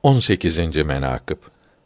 18. menakıb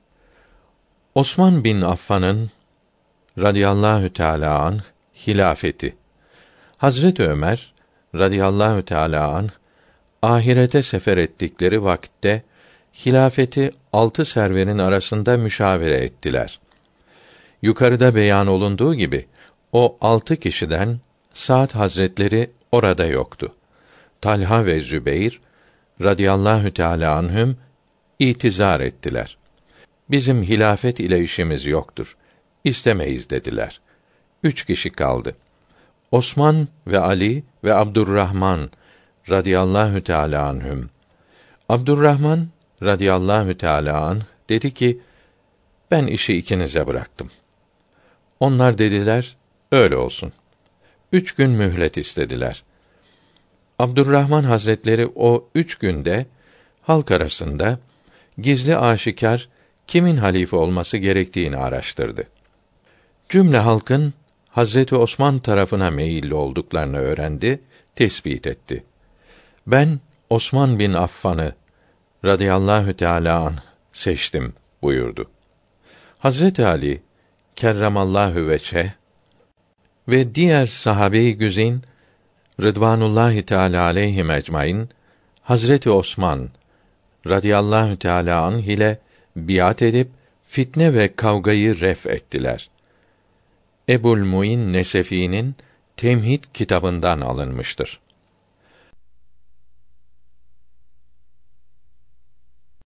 Osman bin Affan'ın radıyallahu teâlâ anh hilafeti. Hazret Ömer radıyallahu teâlâ anh ahirete sefer ettikleri vakitte hilafeti 6 serverin arasında müşavere ettiler. Yukarıda beyan olunduğu gibi o 6 kişiden Sa'd Hazretleri orada yoktu. Talha ve Zübeyr radıyallahu teâlâ anhüm itizar ettiler. Bizim hilafet ile işimiz yoktur. İstemeyiz dediler. 3 kişi kaldı. Osman ve Ali ve Abdurrahman radıyallahu teâlâ anhüm. Abdurrahman radıyallahu teâlâ anh dedi ki, ben işi ikinize bıraktım. Onlar dediler, öyle olsun. 3 gün mühlet istediler. Abdurrahman Hazretleri o 3 günde halk arasında gizli aşikar kimin halife olması gerektiğini araştırdı. Cümle halkın Hazreti Osman tarafına meyilli olduklarını öğrendi, tespit etti. Ben Osman bin Affan'ı radıyallahu teâlâ anh seçtim buyurdu. Hazreti Ali kerremallahu veçhe ve diğer sahabe-i güzin Rıdvanullahi Teâlâ aleyhim ecmaîn Hazreti Osman radıyallahu teâlâ anh ile biat edip fitne ve kavgayı ref ettiler. Ebu'l-Mu'in Nesefi'nin Temhid kitabından alınmıştır.